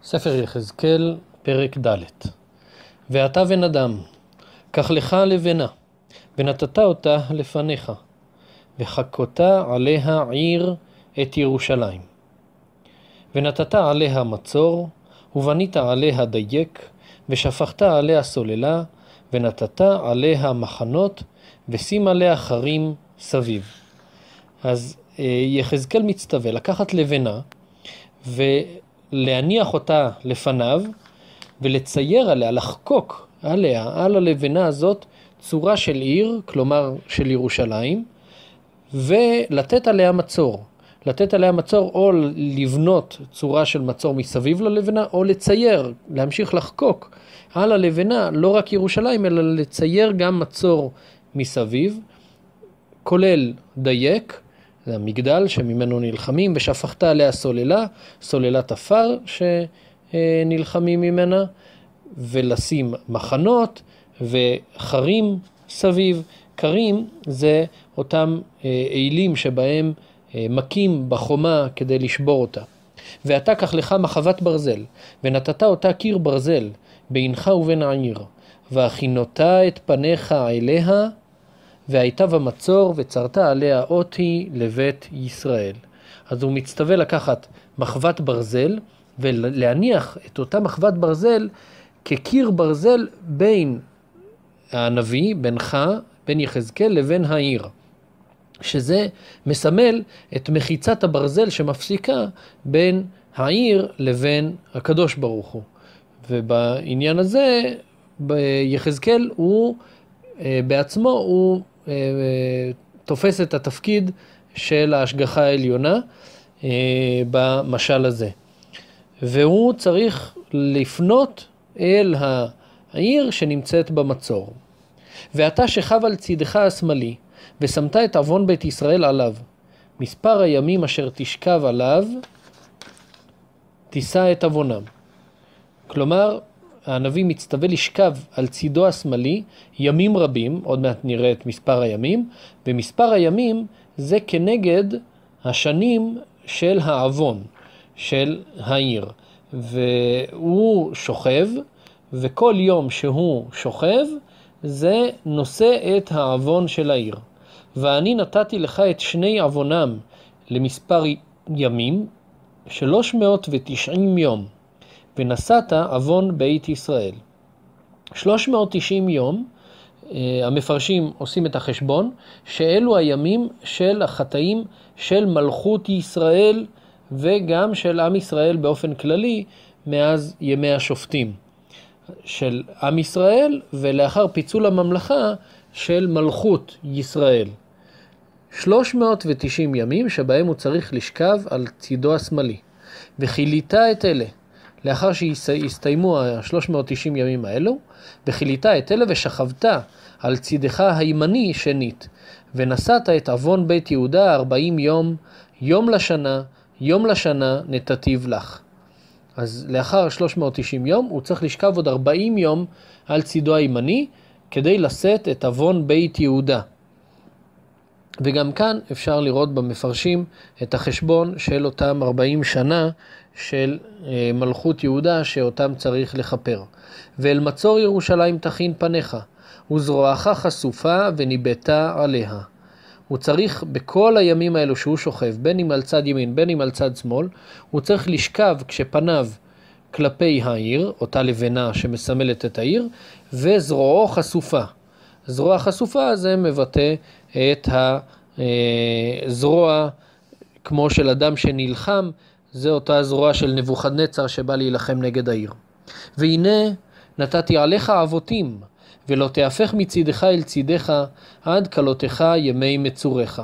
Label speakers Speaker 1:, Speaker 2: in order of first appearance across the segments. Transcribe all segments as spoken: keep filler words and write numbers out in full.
Speaker 1: ספר יחזקאל, פרק ד'. ואתה בן אדם, קח לך לבנה, ונתת אותה לפניך, וחכתה עליה עיר את ירושלים. ונתת עליה מצור, ובנית עליה דייק, ושפכת עליה סוללה, ונתת עליה מחנות, ושים עליה חרים סביב. אז יחזקאל מצטווה לקחת לבנה, ולהניח אותה לפניו, ולצייר עליה, לחקוק עליה, על הלבנה הזאת, צורה של עיר, כלומר של ירושלים, ולתת עליה מצור. לתת עליה מצור או לבנות צורה של מצור מסביב ללבנה, או לצייר, להמשיך לחקוק על הלבנה, לא רק ירושלים, אלא לצייר גם מצור מסביב, כולל דייק, זה המגדל שממנו נלחמים, ושפכת עליה סוללה, סוללת אפר שנלחמים ממנה, ולשים מחנות וחרים סביב. קרים זה אותם אילים שבהם מקים בחומה כדי לשבור אותה. ואתה קח לך מחבת ברזל, ונתת אותה קיר ברזל בינך ובין העיר, והכינותה את פניך אליה, והייתה במצור וצרת עליה אותי לבית ישראל. אז הוא מצטווה לקחת מחבת ברזל, ולהניח את אותה מחבת ברזל כקיר ברזל בין הנביא, בינך, בין יחזקאל לבין העיר. שזה מסמל את מחיצת הברזל שמפסיקה בין העיר לבין הקדוש ברוך הוא. ובעניין הזה, יחזקאל הוא בעצמו, הוא תופס את התפקיד של ההשגחה העליונה במשל הזה. והוא צריך לפנות אל העיר שנמצאת במצור. ואתה שכב על צידך השמאלי, ושמת את עוון בית ישראל עליו. מספר הימים אשר תשכב עליו, תישא את עוונם. כלומר, הנביא מצטווה לשכב על צידו השמאלי ימים רבים, עוד מעט נראה את מספר הימים, ומספר הימים זה כנגד השנים של העוון של העיר. והוא שוכב, וכל יום שהוא שוכב, זה נושא את העוון של העיר. ואני נתתי לך את שני עוונם למספר ימים, שלוש מאות ותשעים יום, ונשאת עוון בית ישראל. שלוש מאות ותשעים יום, המפרשים עושים את החשבון, שאלו הימים של החטאים של מלכות ישראל, וגם של עם ישראל באופן כללי, מאז ימי השופטים. של עם ישראל, ולאחר פיצול הממלכה של מלכות ישראל. שלוש מאות ותשעים ימים שבהם הוא צריך לשכב על צידו השמאלי. וכיליתה את אלה, לאחר שהסתיימו ה-שלוש מאות ותשעים ימים האלו, וכיליתה את אלה ושכבת על צידך הימני שנית, ונשאת את עוון בית יהודה ארבעים יום, יום לשנה, יום לשנה נתתיו לך. אז לאחר שלוש מאות ותשעים יום הוא צריך לשכב עוד ארבעים יום על צידו הימני כדי לשאת את עוון בית יהודה. וגם כאן אפשר לראות במפרשים את החשבון של אותם ארבעים שנה של מלכות יהודה שאותם צריך לכפר. ואל מצור ירושלים תכין פניך, וזרועך חשופה וניבטה עליה. הוא צריך בכל הימים האלו שהוא שוכב, בין אם על צד ימין, בין אם על צד שמאל, הוא צריך לשכב כשפניו כלפי העיר, אותה לבנה שמסמלת את העיר, וזרועו חשופה. זרוע חשופה זה מבטא את הזרוע כמו של אדם שנלחם, זה אותה זרוע של נבוכדנצר שבא להילחם נגד העיר. והנה נתתי עליך אבותים, ולא תהפך מצידך אל צידך עד כלותך ימי מצורך.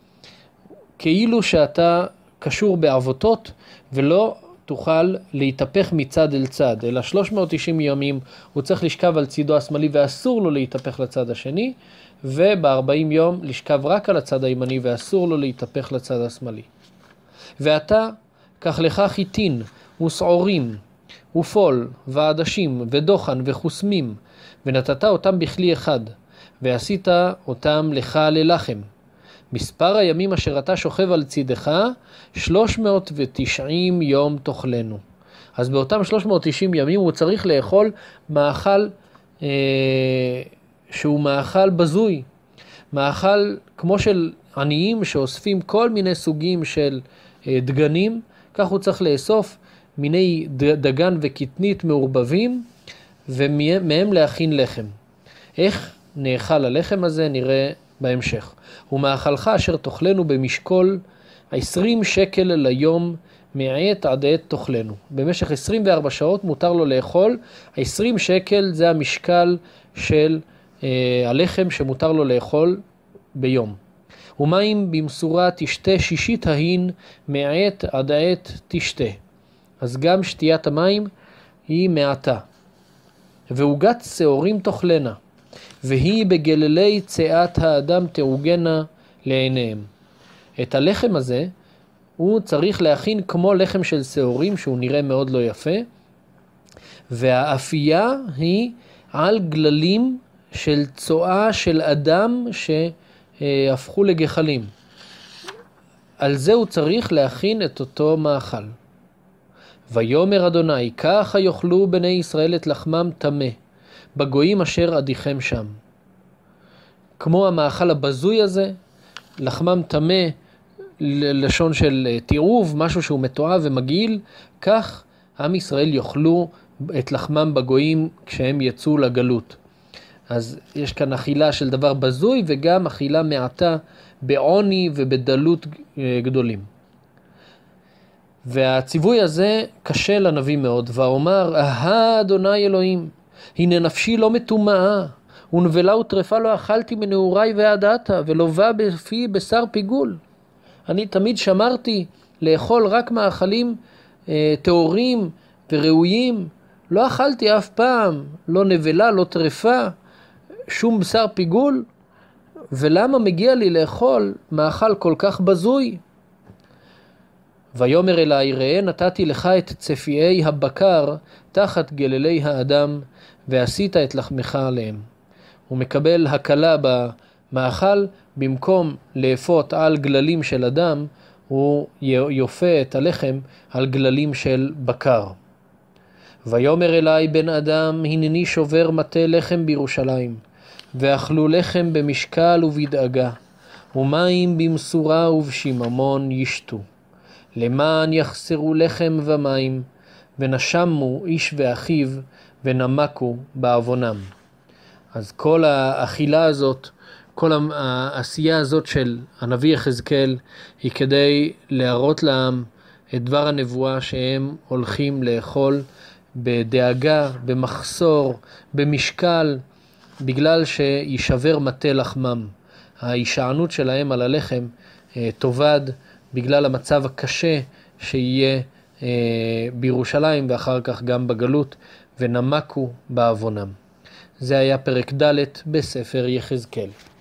Speaker 1: כאילו שאתה קשור בעבותות ולא תוכל להתהפך מצד אל צד, אלא שלוש מאות ותשעים ימים הוא צריך לשכב על צידו השמאלי ואסור לו להתהפך לצד השני, וב-ארבעים יום לשכב רק על הצד הימני ואסור לו להתהפך לצד השמאלי. ואתה קח לך חיטין וסעורים ופול ועדשים ודוחן וחוסמים, ונתת אותם בכלי אחד, ועשית אותם לך ללחם. מספר הימים אשר אתה שוכב על צידך, שלוש מאות ותשעים יום תאכלנו. אז באותם שלוש מאות ותשעים ימים הוא צריך לאכול מאכל אה, שהוא מאכל בזוי, מאכל כמו של עניים שאוספים כל מיני סוגים של אה, דגנים, כך הוא צריך לאסוף מיני דגן וקטנית מעורבבים, ומהם להכין לחם. איך נאכל הלחם הזה נראה בהמשך. ומאכלך אשר תאכלנו במשקול עשרים שקל ליום, מעת עד עת תאכלנו. במשך עשרים וארבע שעות מותר לו לאכול. עשרים שקל זה המשקל של אה, הלחם שמותר לו לאכול ביום. ומים במשורה תשתה שישית ההין, מעת עד עת תשתה. אז גם שתיית המים היא מעטה. ועוגת שעורים תאכלנה, והיא בגללי צאת האדם תעוגנה לעיניהם. את הלחם הזה הוא צריך להכין כמו לחם של שעורים, שהוא נראה מאוד לא יפה, והאפייה היא על גללים של צואה של אדם שהפכו לגחלים. על זה הוא צריך להכין את אותו מאכל. ויאמר אדוני, ככה יאכלו בני ישראל את לחמם טמא, בגויים אשר עדיכם שם. כמו המאכל הבזוי הזה, לחמם טמא, לשון של תיעוב, משהו שהוא מתועב ומגעיל, כך עם ישראל יאכלו את לחמם בגויים כשהם יצאו לגלות. אז יש כאן אכילה של דבר בזוי וגם אכילה מעטה בעוני ובדלות גדולים. והציווי הזה קשה לנביא מאוד, ואומר, אהה אדוני אלוהים, הנה נפשי לא מטומאה, ונבלה וטרפה לא אכלתי מנעוריי ועדתה, ולא בא בפי בשר פיגול. אני תמיד שמרתי לאכול רק מאכלים אה, טהורים וראויים, לא אכלתי אף פעם, לא נבלה, לא טרפה, שום בשר פיגול, ולמה מגיע לי לאכול מאכל כל כך בזוי? ויאמר אלי, ראה נתתי לך את צפיעי הבקר תחת גללי האדם, ועשית את לחמך עליהם. הוא מקבל הקלה במאכל, במקום לאפות על גללים של אדם, הוא יופה את הלחם על גללים של בקר. ויאמר אלי, בן אדם, הנני שובר מטה לחם בירושלים, ואכלו לחם במשקל ובדאגה, ומים במשורה ובשיממון ישתו. למען יחסרו לחם ומים, ונשמו איש ואחיו, ונמקו בעוונם. אז כל האכילה הזאת, כל העשייה הזאת של הנביא יחזקאל, היא כדי להראות לעם את דבר הנבואה שהם הולכים לאכול בדאגה, במחסור, במשקל, בגלל שישבר מטה לחמם. ההישענות שלהם על הלחם תובד בגלל המצב הקשה שיהיה בירושלים ואחר כך גם בגלות, ונמקו בעוונם. זה היה פרק ד' בספר יחזקאל.